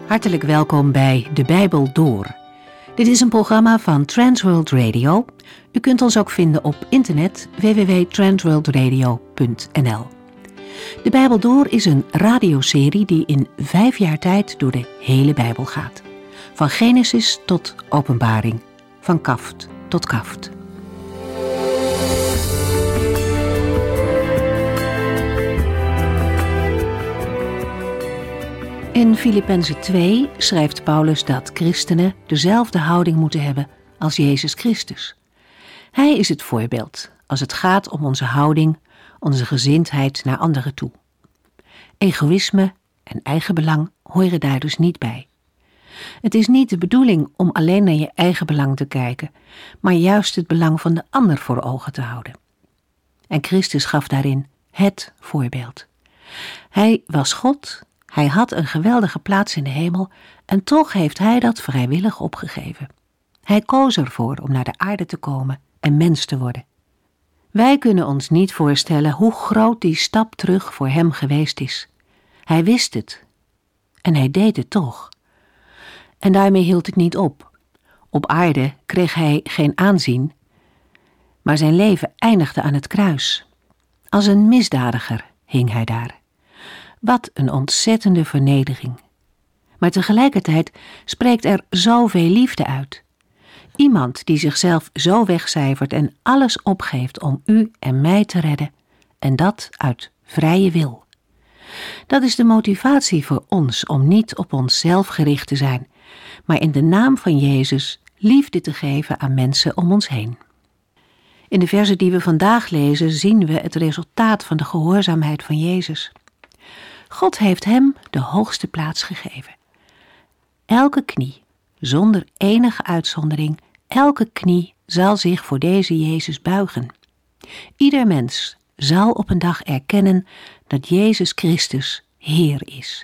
Hartelijk welkom bij De Bijbel Door. Dit is een programma van Transworld Radio. U kunt ons ook vinden op internet www.transworldradio.nl. De Bijbel Door is een radioserie die in 5 jaar tijd door de hele Bijbel gaat. Van Genesis tot Openbaring, van kaft tot kaft. In Filippenzen 2 schrijft Paulus dat christenen dezelfde houding moeten hebben als Jezus Christus. Hij is het voorbeeld als het gaat om onze houding, onze gezindheid naar anderen toe. Egoïsme en eigenbelang horen daar dus niet bij. Het is niet de bedoeling om alleen naar je eigen belang te kijken, maar juist het belang van de ander voor ogen te houden. En Christus gaf daarin het voorbeeld. Hij was God. Hij had een geweldige plaats in de hemel en toch heeft hij dat vrijwillig opgegeven. Hij koos ervoor om naar de aarde te komen en mens te worden. Wij kunnen ons niet voorstellen hoe groot die stap terug voor hem geweest is. Hij wist het en hij deed het toch. En daarmee hield het niet op. Op aarde kreeg hij geen aanzien, maar zijn leven eindigde aan het kruis. Als een misdadiger hing hij daar. Wat een ontzettende vernedering. Maar tegelijkertijd spreekt er zoveel liefde uit. Iemand die zichzelf zo wegcijfert en alles opgeeft om u en mij te redden. En dat uit vrije wil. Dat is de motivatie voor ons om niet op onszelf gericht te zijn, maar in de naam van Jezus liefde te geven aan mensen om ons heen. In de verzen die we vandaag lezen zien we het resultaat van de gehoorzaamheid van Jezus. God heeft hem de hoogste plaats gegeven. Elke knie, zonder enige uitzondering, elke knie zal zich voor deze Jezus buigen. Ieder mens zal op een dag erkennen dat Jezus Christus Heer is.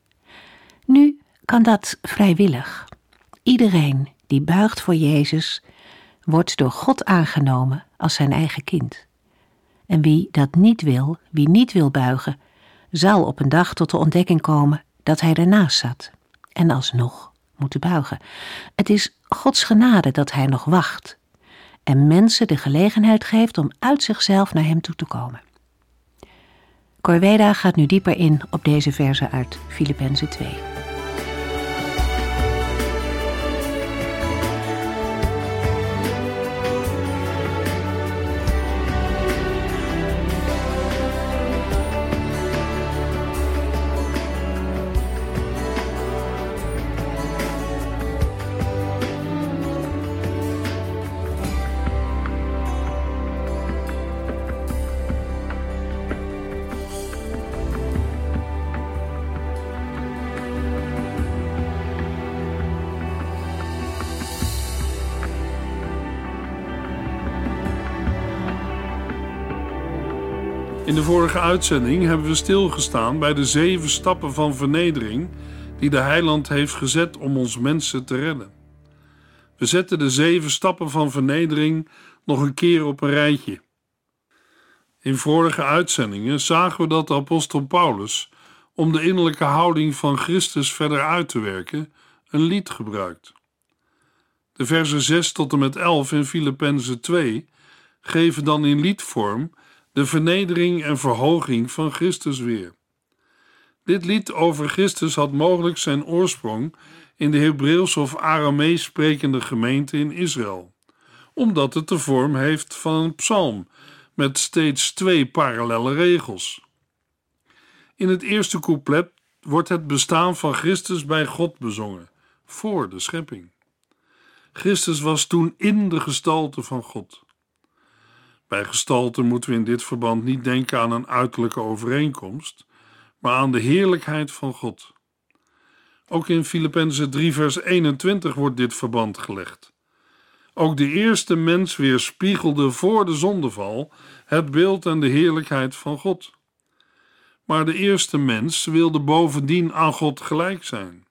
Nu kan dat vrijwillig. Iedereen die buigt voor Jezus wordt door God aangenomen als zijn eigen kind. En wie dat niet wil, wie niet wil buigen, zal op een dag tot de ontdekking komen dat hij ernaast zat en alsnog moeten buigen. Het is Gods genade dat hij nog wacht en mensen de gelegenheid geeft om uit zichzelf naar hem toe te komen. Corveda gaat nu dieper in op deze verzen uit Filippenzen 2. In de vorige uitzending hebben we stilgestaan bij de 7 stappen van vernedering die de Heiland heeft gezet om ons mensen te redden. We zetten de 7 stappen van vernedering nog een keer op een rijtje. In vorige uitzendingen zagen we dat de apostel Paulus, om de innerlijke houding van Christus verder uit te werken, een lied gebruikt. De versen 6 tot en met 11 in Filippenzen 2 geven dan in liedvorm de vernedering en verhoging van Christus weer. Dit lied over Christus had mogelijk zijn oorsprong in de Hebreeuws of Aramees sprekende gemeente in Israël, omdat het de vorm heeft van een psalm met steeds 2 parallelle regels. In het eerste couplet wordt het bestaan van Christus bij God bezongen, voor de schepping. Christus was toen in de gestalte van God. Bij gestalte moeten we in dit verband niet denken aan een uiterlijke overeenkomst, maar aan de heerlijkheid van God. Ook in Filippenzen 3 vers 21 wordt dit verband gelegd. Ook de eerste mens weerspiegelde voor de zondeval het beeld en de heerlijkheid van God. Maar de eerste mens wilde bovendien aan God gelijk zijn.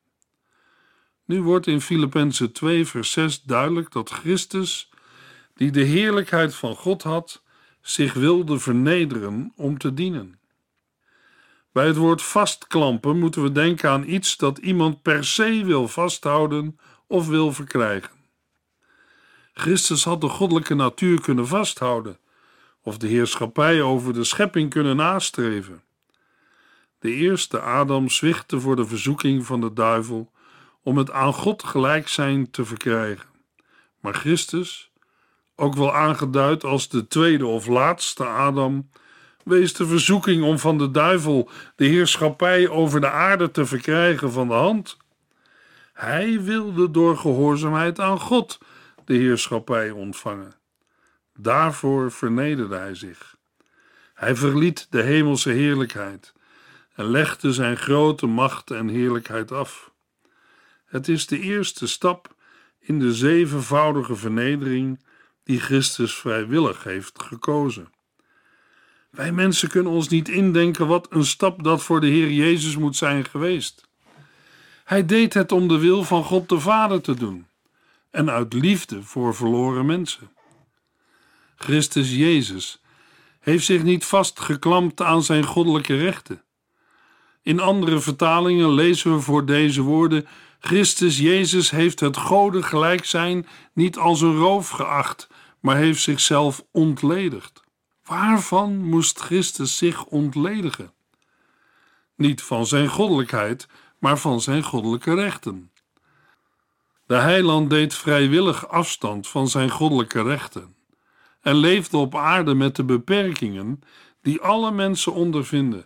Nu wordt in Filippenzen 2 vers 6 duidelijk dat Christus, die de heerlijkheid van God had, zich wilde vernederen om te dienen. Bij het woord vastklampen moeten we denken aan iets dat iemand per se wil vasthouden of wil verkrijgen. Christus had de goddelijke natuur kunnen vasthouden of de heerschappij over de schepping kunnen nastreven. De eerste Adam zwichtte voor de verzoeking van de duivel om het aan God gelijk zijn te verkrijgen. Maar Christus, ook wel aangeduid als de tweede of laatste Adam, wees de verzoeking om van de duivel de heerschappij over de aarde te verkrijgen van de hand. Hij wilde door gehoorzaamheid aan God de heerschappij ontvangen. Daarvoor vernederde hij zich. Hij verliet de hemelse heerlijkheid en legde zijn grote macht en heerlijkheid af. Het is de eerste stap in de zevenvoudige vernedering die Christus vrijwillig heeft gekozen. Wij mensen kunnen ons niet indenken wat een stap dat voor de Heer Jezus moet zijn geweest. Hij deed het om de wil van God de Vader te doen en uit liefde voor verloren mensen. Christus Jezus heeft zich niet vastgeklampt aan zijn goddelijke rechten. In andere vertalingen lezen we voor deze woorden: Christus Jezus heeft het Gode gelijk zijn niet als een roof geacht, maar heeft zichzelf ontledigd. Waarvan moest Christus zich ontledigen? Niet van zijn goddelijkheid, maar van zijn goddelijke rechten. De heiland deed vrijwillig afstand van zijn goddelijke rechten en leefde op aarde met de beperkingen die alle mensen ondervinden.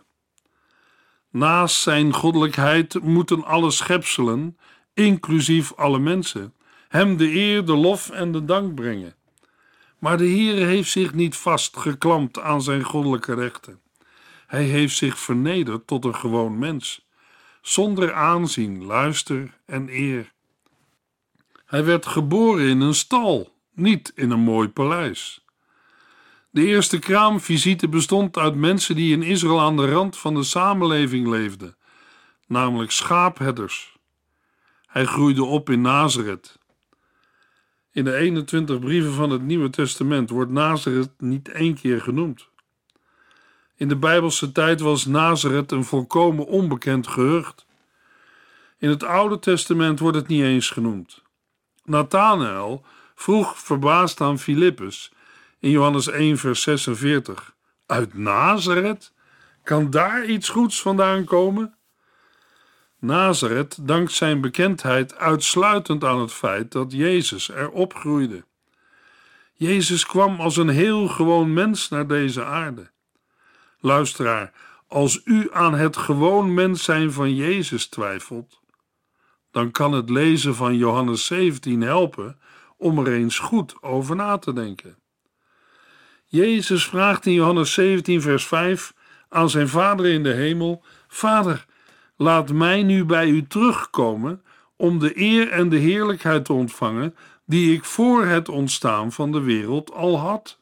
Naast zijn goddelijkheid moeten alle schepselen, inclusief alle mensen, hem de eer, de lof en de dank brengen. Maar de Heere heeft zich niet vastgeklampt aan zijn goddelijke rechten. Hij heeft zich vernederd tot een gewoon mens, zonder aanzien, luister en eer. Hij werd geboren in een stal, niet in een mooi paleis. De eerste kraamvisite bestond uit mensen die in Israël aan de rand van de samenleving leefden, namelijk schaapherders. Hij groeide op in Nazareth. In de 21 brieven van het Nieuwe Testament wordt Nazareth niet 1 keer genoemd. In de Bijbelse tijd was Nazareth een volkomen onbekend gehucht. In het Oude Testament wordt het niet eens genoemd. Nathanael vroeg verbaasd aan Filippus in Johannes 1 vers 46: Uit Nazareth? Kan daar iets goeds vandaan komen? Nazareth dankt zijn bekendheid uitsluitend aan het feit dat Jezus er opgroeide. Jezus kwam als een heel gewoon mens naar deze aarde. Luisteraar, als u aan het gewoon mens zijn van Jezus twijfelt, dan kan het lezen van Johannes 17 helpen om er eens goed over na te denken. Jezus vraagt in Johannes 17 vers 5 aan zijn Vader in de hemel: Vader, laat mij nu bij u terugkomen om de eer en de heerlijkheid te ontvangen die ik voor het ontstaan van de wereld al had.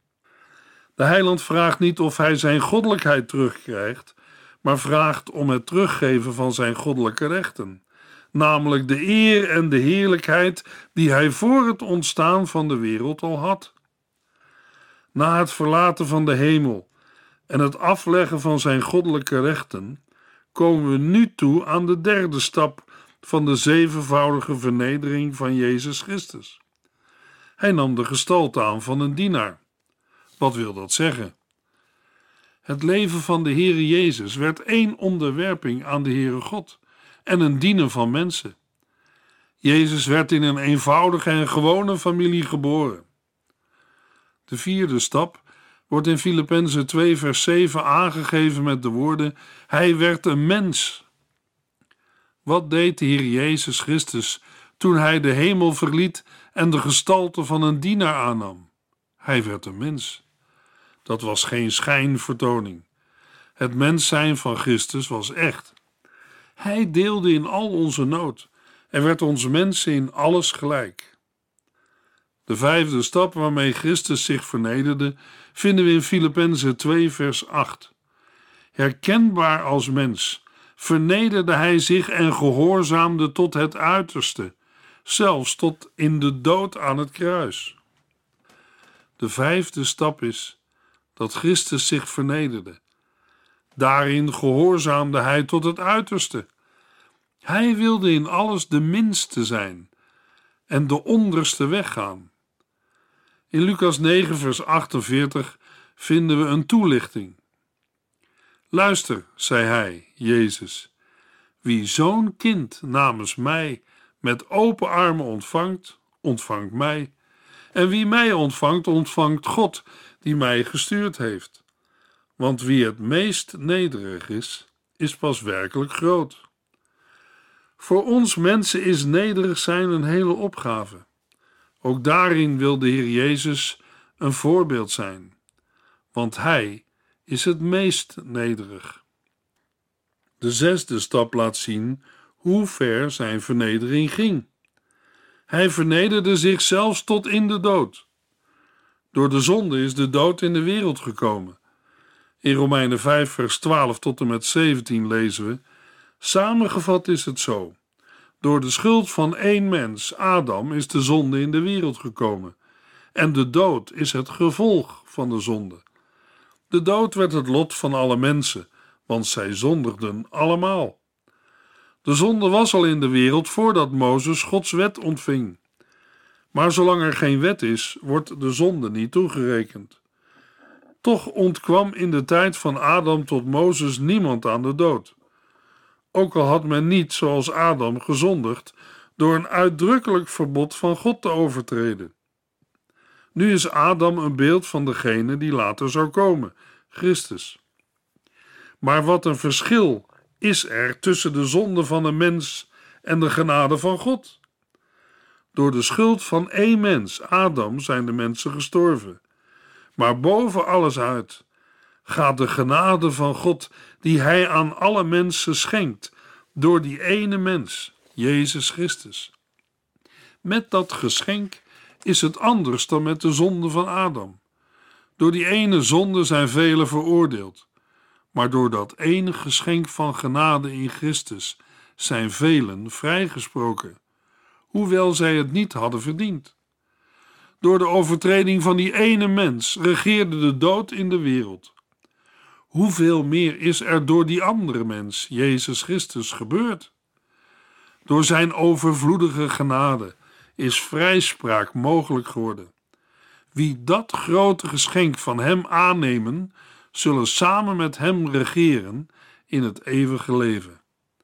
De heiland vraagt niet of hij zijn goddelijkheid terugkrijgt, maar vraagt om het teruggeven van zijn goddelijke rechten, namelijk de eer en de heerlijkheid die hij voor het ontstaan van de wereld al had. Na het verlaten van de hemel en het afleggen van zijn goddelijke rechten, komen we nu toe aan de derde stap van de zevenvoudige vernedering van Jezus Christus. Hij nam de gestalte aan van een dienaar. Wat wil dat zeggen? Het leven van de Heere Jezus werd één onderwerping aan de Heere God en een dienen van mensen. Jezus werd in een eenvoudige en gewone familie geboren. De vierde stap wordt in Filippenzen 2 vers 7 aangegeven met de woorden: Hij werd een mens. Wat deed de Heer Jezus Christus toen hij de hemel verliet en de gestalte van een dienaar aannam? Hij werd een mens. Dat was geen schijnvertoning. Het mens zijn van Christus was echt. Hij deelde in al onze nood en werd ons mensen in alles gelijk. De vijfde stap waarmee Christus zich vernederde vinden we in Filippenzen 2 vers 8. Herkenbaar als mens vernederde hij zich en gehoorzaamde tot het uiterste, zelfs tot in de dood aan het kruis. De vijfde stap is dat Christus zich vernederde. Daarin gehoorzaamde hij tot het uiterste. Hij wilde in alles de minste zijn en de onderste weggaan. In Lucas 9, vers 48 vinden we een toelichting. Luister, zei hij, Jezus, wie zo'n kind namens mij met open armen ontvangt, ontvangt mij. En wie mij ontvangt, ontvangt God, die mij gestuurd heeft. Want wie het meest nederig is, is pas werkelijk groot. Voor ons mensen is nederig zijn een hele opgave. Ook daarin wil de Heer Jezus een voorbeeld zijn, want Hij is het meest nederig. De zesde stap laat zien hoe ver zijn vernedering ging. Hij vernederde zich zelfs tot in de dood. Door de zonde is de dood in de wereld gekomen. In Romeinen 5 vers 12 tot en met 17 lezen we: samengevat is het zo. Door de schuld van één mens, Adam, is de zonde in de wereld gekomen. En de dood is het gevolg van de zonde. De dood werd het lot van alle mensen, want zij zondigden allemaal. De zonde was al in de wereld voordat Mozes Gods wet ontving. Maar zolang er geen wet is, wordt de zonde niet toegerekend. Toch ontkwam in de tijd van Adam tot Mozes niemand aan de dood. Ook al had men niet, zoals Adam, gezondigd door een uitdrukkelijk verbod van God te overtreden. Nu is Adam een beeld van degene die later zou komen, Christus. Maar wat een verschil is er tussen de zonde van een mens en de genade van God. Door de schuld van één mens, Adam, zijn de mensen gestorven. Maar boven alles uit gaat de genade van God die Hij aan alle mensen schenkt door die ene mens, Jezus Christus. Met dat geschenk is het anders dan met de zonde van Adam. Door die ene zonde zijn velen veroordeeld, maar door dat ene geschenk van genade in Christus zijn velen vrijgesproken, hoewel zij het niet hadden verdiend. Door de overtreding van die ene mens regeerde de dood in de wereld. Hoeveel meer is er door die andere mens, Jezus Christus, gebeurd? Door zijn overvloedige genade is vrijspraak mogelijk geworden. Wie dat grote geschenk van hem aannemen, zullen samen met hem regeren in het eeuwige leven.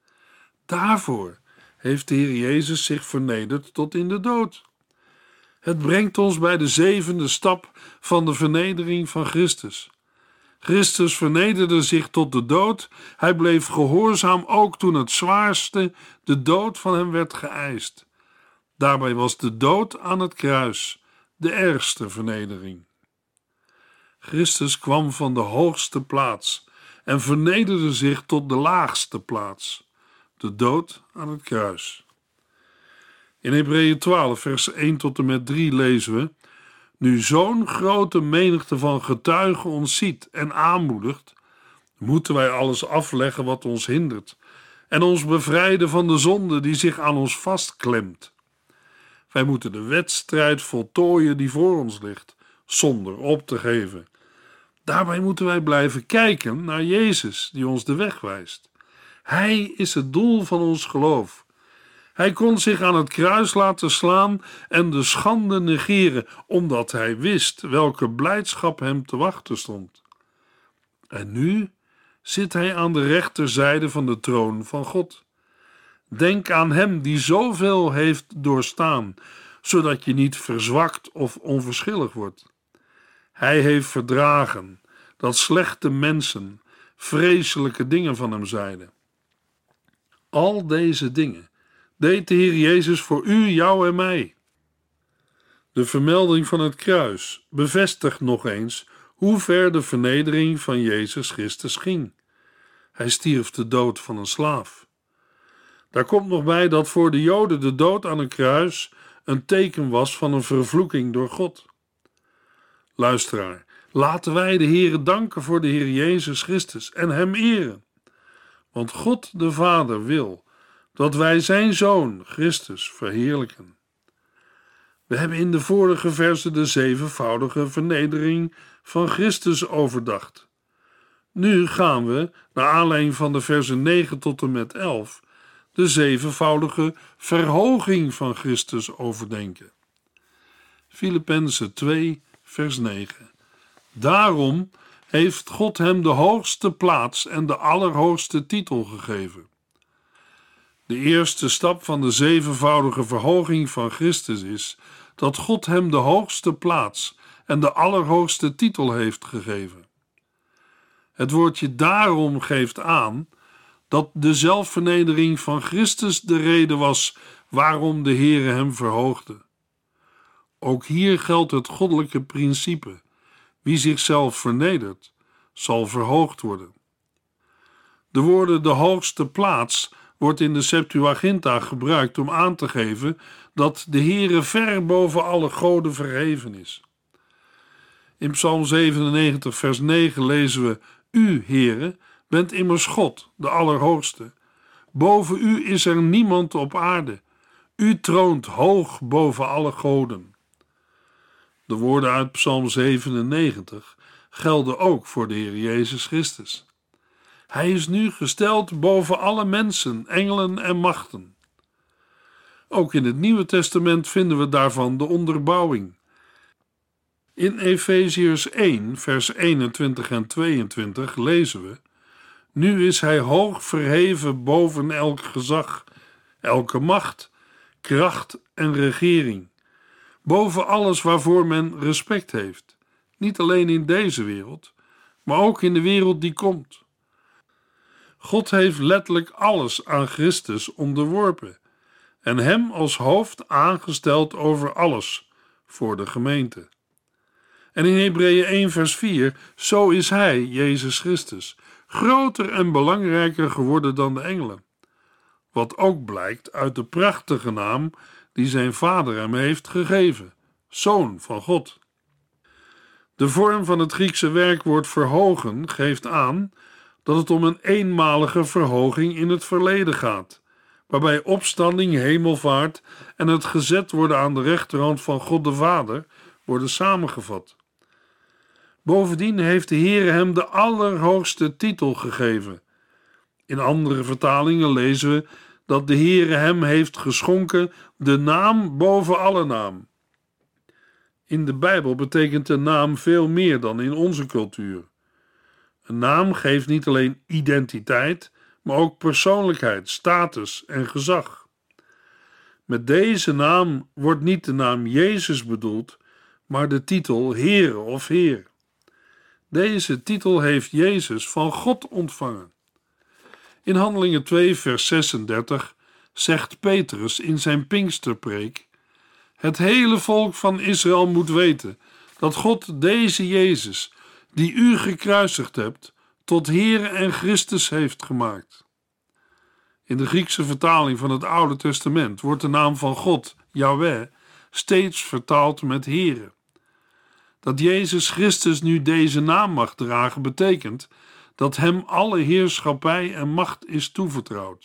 Daarvoor heeft de Heer Jezus zich vernederd tot in de dood. Het brengt ons bij de zevende stap van de vernedering van Christus. Christus vernederde zich tot de dood. Hij bleef gehoorzaam ook toen het zwaarste, de dood van hem, werd geëist. Daarbij was de dood aan het kruis de ergste vernedering. Christus kwam van de hoogste plaats en vernederde zich tot de laagste plaats, de dood aan het kruis. In Hebreeën 12, vers 1 tot en met 3 lezen we: nu zo'n grote menigte van getuigen ons ziet en aanmoedigt, moeten wij alles afleggen wat ons hindert en ons bevrijden van de zonde die zich aan ons vastklemt. Wij moeten de wedstrijd voltooien die voor ons ligt, zonder op te geven. Daarbij moeten wij blijven kijken naar Jezus, die ons de weg wijst. Hij is het doel van ons geloof. Hij kon zich aan het kruis laten slaan en de schande negeren, omdat hij wist welke blijdschap hem te wachten stond. En nu zit hij aan de rechterzijde van de troon van God. Denk aan hem die zoveel heeft doorstaan, zodat je niet verzwakt of onverschillig wordt. Hij heeft verdragen dat slechte mensen vreselijke dingen van hem zeiden. Al deze dingen deed de Heer Jezus voor u, jou en mij. De vermelding van het kruis bevestigt nog eens hoe ver de vernedering van Jezus Christus ging. Hij stierf de dood van een slaaf. Daar komt nog bij dat voor de Joden de dood aan een kruis een teken was van een vervloeking door God. Luisteraar, laten wij de Heere danken voor de Heer Jezus Christus en hem eren. Want God de Vader wil dat wij zijn Zoon, Christus, verheerlijken. We hebben in de vorige verzen de zevenvoudige vernedering van Christus overdacht. Nu gaan we, naar aanleiding van de versen 9 tot en met 11, de zevenvoudige verhoging van Christus overdenken. Filippenzen 2, vers 9. Daarom heeft God hem de hoogste plaats en de allerhoogste titel gegeven. De eerste stap van de zevenvoudige verhoging van Christus is dat God hem de hoogste plaats en de allerhoogste titel heeft gegeven. Het woordje daarom geeft aan dat de zelfvernedering van Christus de reden was waarom de Heere hem verhoogde. Ook hier geldt het goddelijke principe: wie zichzelf vernedert, zal verhoogd worden. De woorden de hoogste plaats wordt in de Septuaginta gebruikt om aan te geven dat de Heere ver boven alle goden verheven is. In Psalm 97 vers 9 lezen we: U, Heere, bent immers God, de Allerhoogste. Boven u is er niemand op aarde. U troont hoog boven alle goden. De woorden uit Psalm 97 gelden ook voor de Heer Jezus Christus. Hij is nu gesteld boven alle mensen, engelen en machten. Ook in het Nieuwe Testament vinden we daarvan de onderbouwing. In Efeziërs 1, vers 21 en 22 lezen we: Nu is hij hoog verheven boven elk gezag, elke macht, kracht en regering, boven alles waarvoor men respect heeft, niet alleen in deze wereld, maar ook in de wereld die komt. God heeft letterlijk alles aan Christus onderworpen en hem als hoofd aangesteld over alles voor de gemeente. En in Hebreeën 1 vers 4, zo is hij, Jezus Christus, groter en belangrijker geworden dan de engelen. Wat ook blijkt uit de prachtige naam die zijn vader hem heeft gegeven, Zoon van God. De vorm van het Griekse werkwoord verhogen geeft aan dat het om een eenmalige verhoging in het verleden gaat, waarbij opstanding, hemelvaart en het gezet worden aan de rechterhand van God de Vader worden samengevat. Bovendien heeft de Heere hem de allerhoogste titel gegeven. In andere vertalingen lezen we dat de Heere hem heeft geschonken de naam boven alle naam. In de Bijbel betekent de naam veel meer dan in onze cultuur. Een naam geeft niet alleen identiteit, maar ook persoonlijkheid, status en gezag. Met deze naam wordt niet de naam Jezus bedoeld, maar de titel Heere of Heer. Deze titel heeft Jezus van God ontvangen. In Handelingen 2 vers 36 zegt Petrus in zijn Pinksterpreek: Het hele volk van Israël moet weten dat God deze Jezus, die u gekruisigd hebt, tot Heere en Christus heeft gemaakt. In de Griekse vertaling van het Oude Testament wordt de naam van God, Yahweh, steeds vertaald met Heere. Dat Jezus Christus nu deze naam mag dragen, betekent dat hem alle heerschappij en macht is toevertrouwd.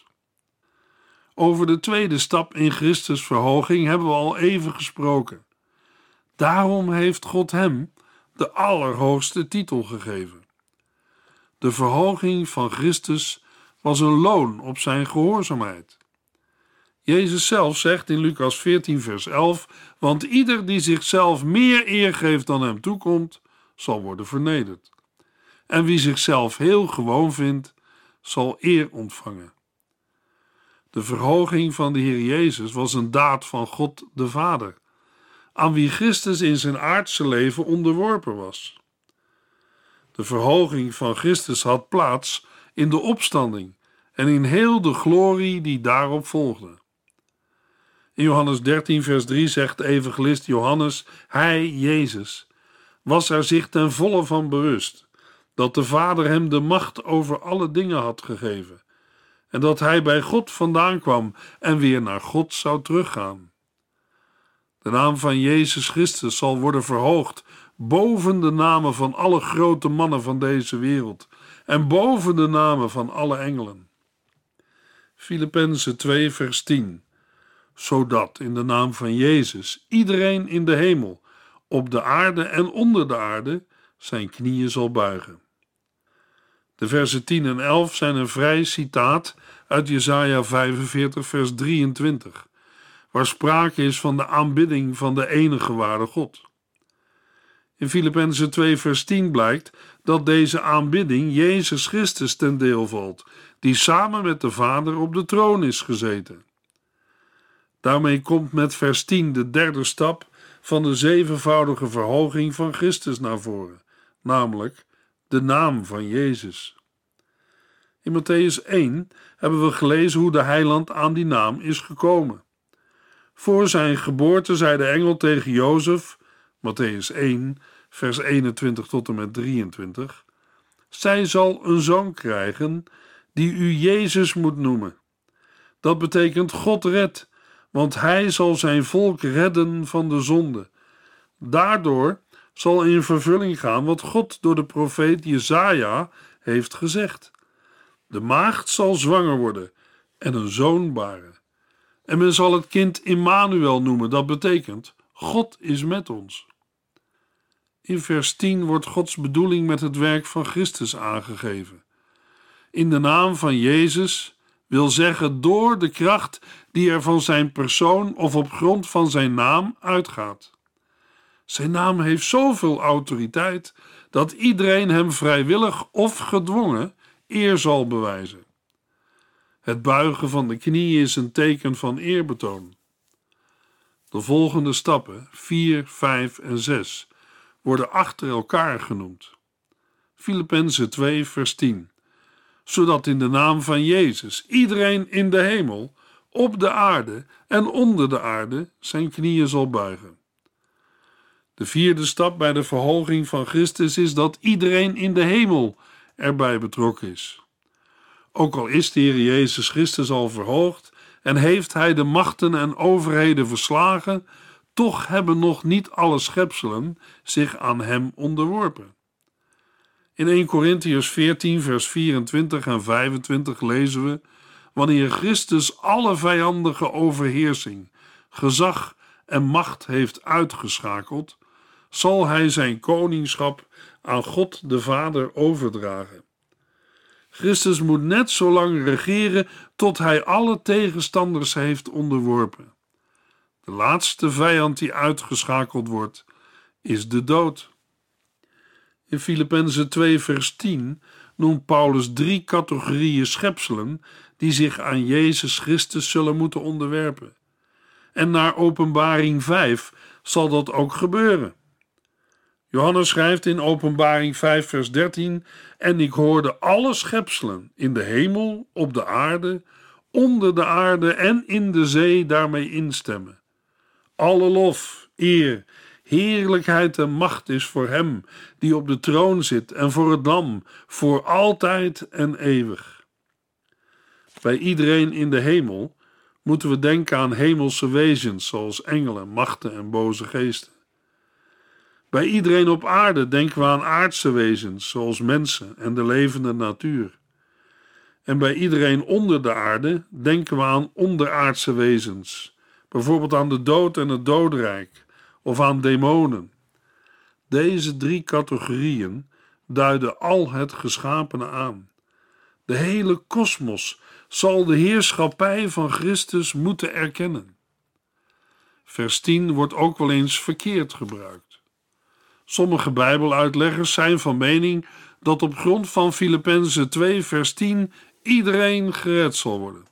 Over de tweede stap in Christus' verhoging hebben we al even gesproken. Daarom heeft God hem de allerhoogste titel gegeven. De verhoging van Christus was een loon op zijn gehoorzaamheid. Jezus zelf zegt in Lucas 14 vers 11: Want ieder die zichzelf meer eer geeft dan hem toekomt, zal worden vernederd. En wie zichzelf heel gewoon vindt, zal eer ontvangen. De verhoging van de Heer Jezus was een daad van God de Vader, aan wie Christus in zijn aardse leven onderworpen was. De verhoging van Christus had plaats in de opstanding en in heel de glorie die daarop volgde. In Johannes 13 vers 3 zegt de evangelist Johannes: Hij, Jezus, was er zich ten volle van bewust dat de Vader hem de macht over alle dingen had gegeven en dat hij bij God vandaan kwam en weer naar God zou teruggaan. De naam van Jezus Christus zal worden verhoogd boven de namen van alle grote mannen van deze wereld en boven de namen van alle engelen. Filippenzen 2 vers 10. Zodat in de naam van Jezus iedereen in de hemel, op de aarde en onder de aarde zijn knieën zal buigen. De versen 10 en 11 zijn een vrij citaat uit Jesaja 45 vers 23, waar sprake is van de aanbidding van de enige ware God. In Filippenzen 2 vers 10 blijkt dat deze aanbidding Jezus Christus ten deel valt, die samen met de Vader op de troon is gezeten. Daarmee komt met vers 10 de derde stap van de zevenvoudige verhoging van Christus naar voren, namelijk de naam van Jezus. In Mattheüs 1 hebben we gelezen hoe de heiland aan die naam is gekomen. Voor zijn geboorte zei de engel tegen Jozef, Mattheüs 1, vers 21 tot en met 23, zij zal een zoon krijgen die u Jezus moet noemen. Dat betekent God redt, want hij zal zijn volk redden van de zonde. Daardoor zal in vervulling gaan wat God door de profeet Jesaja heeft gezegd. De maagd zal zwanger worden en een zoon baren. En men zal het kind Immanuel noemen, dat betekent God is met ons. In vers 10 wordt Gods bedoeling met het werk van Christus aangegeven. In de naam van Jezus wil zeggen door de kracht die er van zijn persoon of op grond van zijn naam uitgaat. Zijn naam heeft zoveel autoriteit dat iedereen hem vrijwillig of gedwongen eer zal bewijzen. Het buigen van de knieën is een teken van eerbetoon. De volgende stappen, 4, 5 en 6, worden achter elkaar genoemd. Filippenzen 2 vers 10. Zodat in de naam van Jezus iedereen in de hemel, op de aarde en onder de aarde zijn knieën zal buigen. De vierde stap bij de verhoging van Christus is dat iedereen in de hemel erbij betrokken is. Ook al is de Heer Jezus Christus al verhoogd en heeft hij de machten en overheden verslagen, toch hebben nog niet alle schepselen zich aan hem onderworpen. In 1 Korintiërs 14 vers 24 en 25 lezen we: wanneer Christus alle vijandige overheersing, gezag en macht heeft uitgeschakeld, zal hij zijn koningschap aan God de Vader overdragen. Christus moet net zo lang regeren tot hij alle tegenstanders heeft onderworpen. De laatste vijand die uitgeschakeld wordt, is de dood. In Filippenzen 2 vers 10 noemt Paulus 3 categorieën schepselen die zich aan Jezus Christus zullen moeten onderwerpen. En naar Openbaring 5 zal dat ook gebeuren. Johannes schrijft in Openbaring 5 vers 13: en ik hoorde alle schepselen in de hemel, op de aarde, onder de aarde en in de zee daarmee instemmen. Alle lof, eer, heerlijkheid en macht is voor hem die op de troon zit en voor het lam, voor altijd en eeuwig. Bij iedereen in de hemel moeten we denken aan hemelse wezens zoals engelen, machten en boze geesten. Bij iedereen op aarde denken we aan aardse wezens zoals mensen en de levende natuur. En bij iedereen onder de aarde denken we aan onderaardse wezens, bijvoorbeeld aan de dood en het dodenrijk of aan demonen. Deze 3 categorieën duiden al het geschapene aan. De hele kosmos zal de heerschappij van Christus moeten erkennen. Vers 10 wordt ook wel eens verkeerd gebruikt. Sommige Bijbeluitleggers zijn van mening dat op grond van Filippenzen 2 vers 10 iedereen gered zal worden.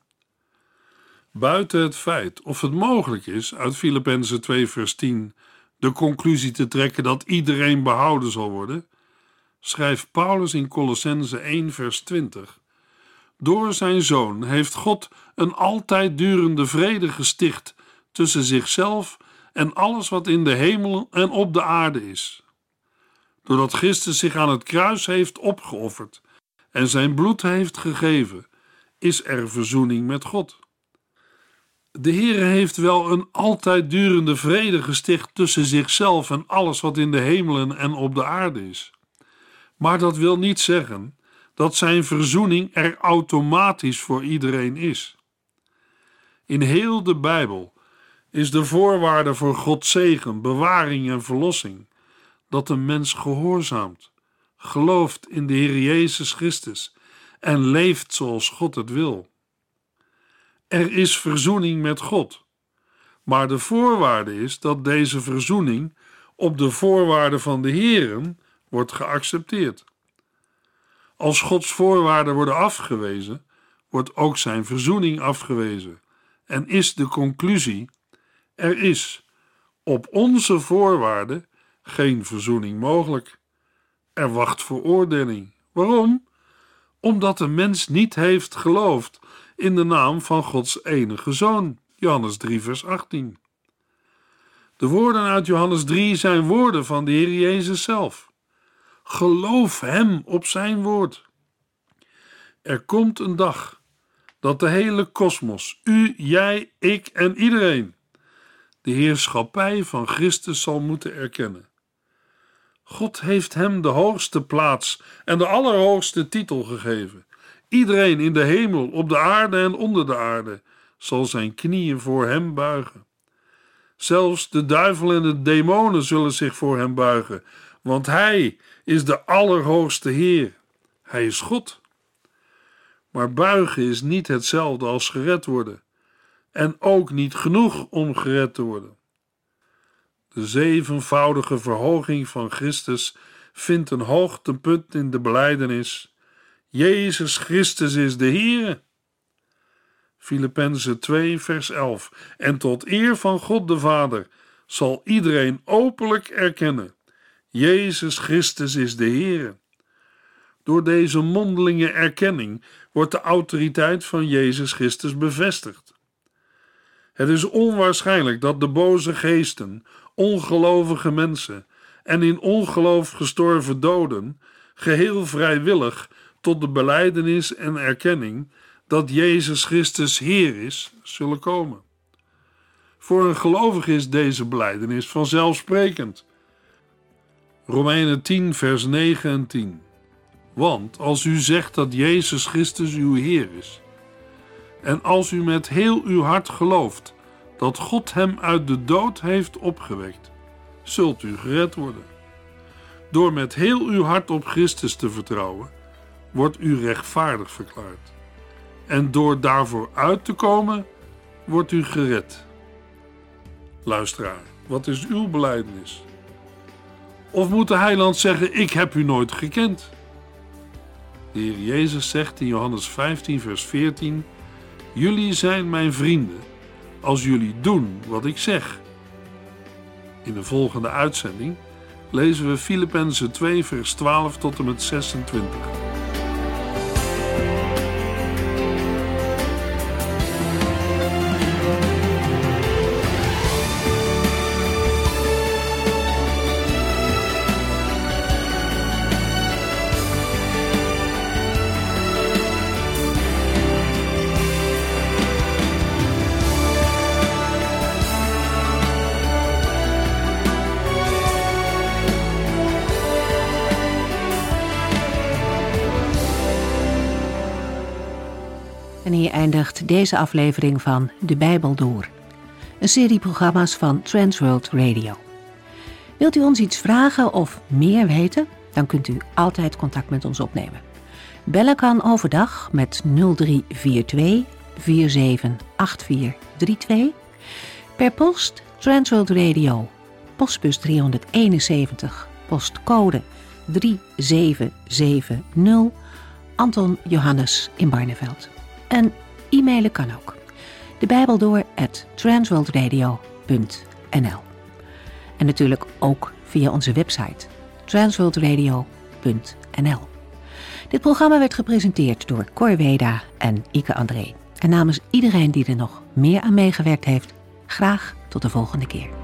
Buiten het feit of het mogelijk is uit Filippenzen 2 vers 10 de conclusie te trekken dat iedereen behouden zal worden, schrijft Paulus in Kolossenzen 1 vers 20: door zijn Zoon heeft God een altijd durende vrede gesticht tussen zichzelf en alles wat in de hemel en op de aarde is. Doordat Christus zich aan het kruis heeft opgeofferd en zijn bloed heeft gegeven, is er verzoening met God. De Heere heeft wel een altijd durende vrede gesticht tussen zichzelf en alles wat in de hemelen en op de aarde is. Maar dat wil niet zeggen dat zijn verzoening er automatisch voor iedereen is. In heel de Bijbel is de voorwaarde voor Gods zegen, bewaring en verlossing dat een mens gehoorzaamt, gelooft in de Heer Jezus Christus en leeft zoals God het wil. Er is verzoening met God, maar de voorwaarde is dat deze verzoening op de voorwaarden van de Heeren wordt geaccepteerd. Als Gods voorwaarden worden afgewezen, wordt ook zijn verzoening afgewezen en is de conclusie: er is op onze voorwaarden geen verzoening mogelijk. Er wacht veroordeling. Waarom? Omdat de mens niet heeft geloofd in de naam van Gods enige Zoon. Johannes 3 vers 18. De woorden uit Johannes 3 zijn woorden van de Heer Jezus zelf. Geloof hem op zijn woord. Er komt een dag dat de hele kosmos, u, jij, ik en iedereen, de heerschappij van Christus zal moeten erkennen. God heeft hem de hoogste plaats en de allerhoogste titel gegeven. Iedereen in de hemel, op de aarde en onder de aarde zal zijn knieën voor hem buigen. Zelfs de duivel en de demonen zullen zich voor hem buigen, want hij is de allerhoogste Heer. Hij is God. Maar buigen is niet hetzelfde als gered worden, en ook niet genoeg om gered te worden. De zevenvoudige verhoging van Christus vindt een hoogtepunt in de belijdenis: Jezus Christus is de Heer. Filippenzen 2 vers 11. En tot eer van God de Vader zal iedereen openlijk erkennen: Jezus Christus is de Heer. Door deze mondelinge erkenning wordt de autoriteit van Jezus Christus bevestigd. Het is onwaarschijnlijk dat de boze geesten, ongelovige mensen en in ongeloof gestorven doden geheel vrijwillig tot de belijdenis en erkenning dat Jezus Christus Heer is, zullen komen. Voor een gelovige is deze belijdenis vanzelfsprekend. Romeinen 10 vers 9 en 10. Want als u zegt dat Jezus Christus uw Heer is, en als u met heel uw hart gelooft dat God hem uit de dood heeft opgewekt, zult u gered worden. Door met heel uw hart op Christus te vertrouwen, wordt u rechtvaardig verklaard. En door daarvoor uit te komen, wordt u gered. Luisteraar, wat is uw belijdenis? Of moet de heiland zeggen: ik heb u nooit gekend? De Heer Jezus zegt in Johannes 15 vers 14: jullie zijn mijn vrienden als jullie doen wat ik zeg. In de volgende uitzending lezen we Filippenzen 2 vers 12 tot en met 26. En hier eindigt deze aflevering van De Bijbel Door. Een serie programma's van Transworld Radio. Wilt u ons iets vragen of meer weten? Dan kunt u altijd contact met ons opnemen. Bellen kan overdag met 0342 478432. Per post Transworld Radio, postbus 371, postcode 3770, Anton Johannes in Barneveld. En e-mailen kan ook. De Bijbel door @transworldradio.nl. En natuurlijk ook via onze website transworldradio.nl. Dit programma werd gepresenteerd door Cor Weda en Ike André. En namens iedereen die er nog meer aan meegewerkt heeft, graag tot de volgende keer.